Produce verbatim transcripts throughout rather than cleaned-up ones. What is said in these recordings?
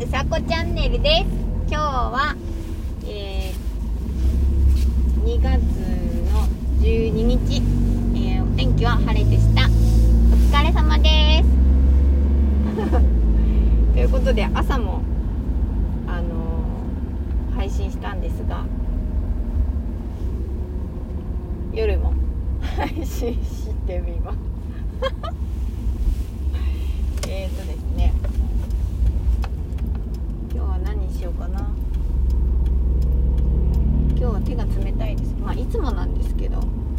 うさこチャンネルです。今日は、えー、にがつのじゅうににち、えー、お天気は晴れでした。お疲れ様ですということで朝も、あのー、配信したんですが、夜も配信してみますえーとですね今日は何にしようかな。今日は手が冷たいです。まあいつもなんですけど、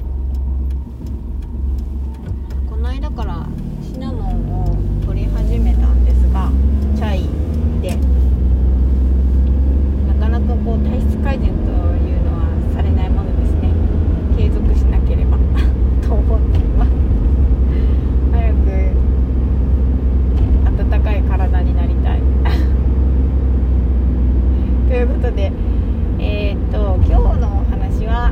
この間からシナモンを取り始めたんですが、チャイでなかなかこう体質改善というのはされないものですね。継続しなければと思っています。早く温かい体になりたいということで、えー、っと今日のお話は、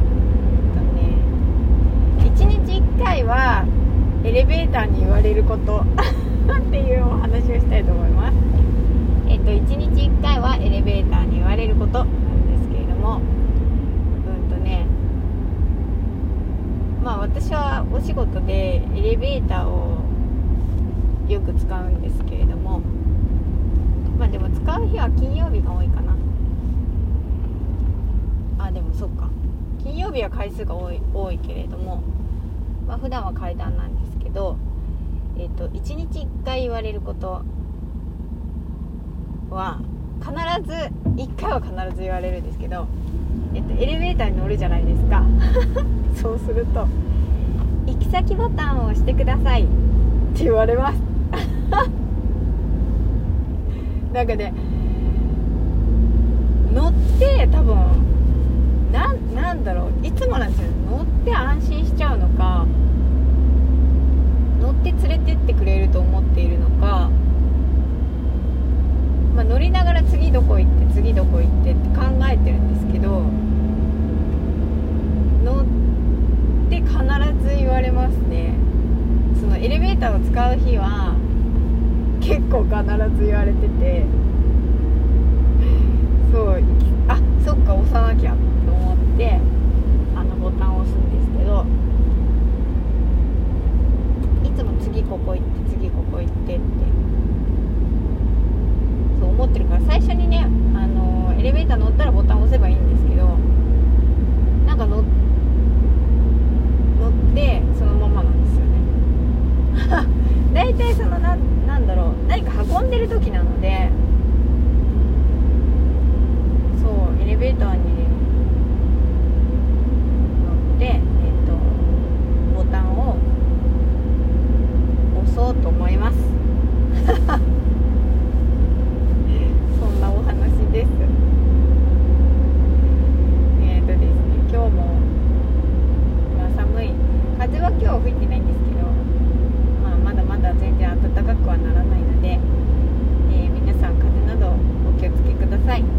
えっとね、いちにちいっかいはエレベーターに言われることっていうお話をしたいと思います。えっといちにちいっかいはエレベーターに言われることなんですけれども、うんとねまあ私はお仕事でエレベーターをよく使うんですけれども、まあでも使う日は金曜日が多いかな。あ、でもそっか、金曜日は回数が多い、多いけれども、まあ普段は階段なんですけど、えっといちにちいっかい言われることは必ずいっかいは必ず言われるんですけど、えっとエレベーターに乗るじゃないですかそうすると行き先ボタンを押してくださいって言われますなんかね、乗って多分な、なんだろう、いつもなんですよ。乗って安心しちゃうのか、乗って連れてってくれると思っているのか、まあ、乗りながら次どこ行って次どこ行ってって考えてるんですけど、乗って必ず言われますね。そのエレベーターを使う日は結構必ず言われてて、そうあそっか押さなきゃと思ってあのボタンを押すんですけど、いつも次ここ行って次ここ行ってってそう思ってるから、最初にね、あのエレベーター乗ったらボタンを押せばいいんですけど、なんか乗乗ってそのままなんですよねだいたいそのな、なんだろう、何か運んでる時なので、そうエレベーターに乗って、えっと、ボタンを押そうと思いますそんなお話です。えっとですね今日も、まあ、寒い、風は今日吹いてないんですけど、まあ、まだまだ全然暖かくはならないので、えー、皆さん風邪などお気をつけください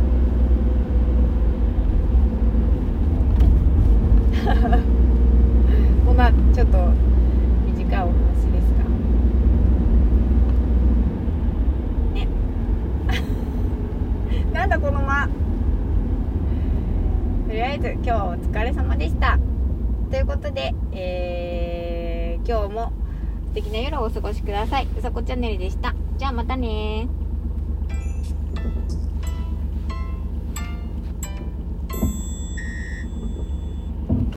こんなちょっと短いお話ですがねなんだこの間。とりあえず今日はお疲れ様でしたということで、えー、今日も素敵な夜をお過ごしください。うさこチャンネルでした。じゃあまたね。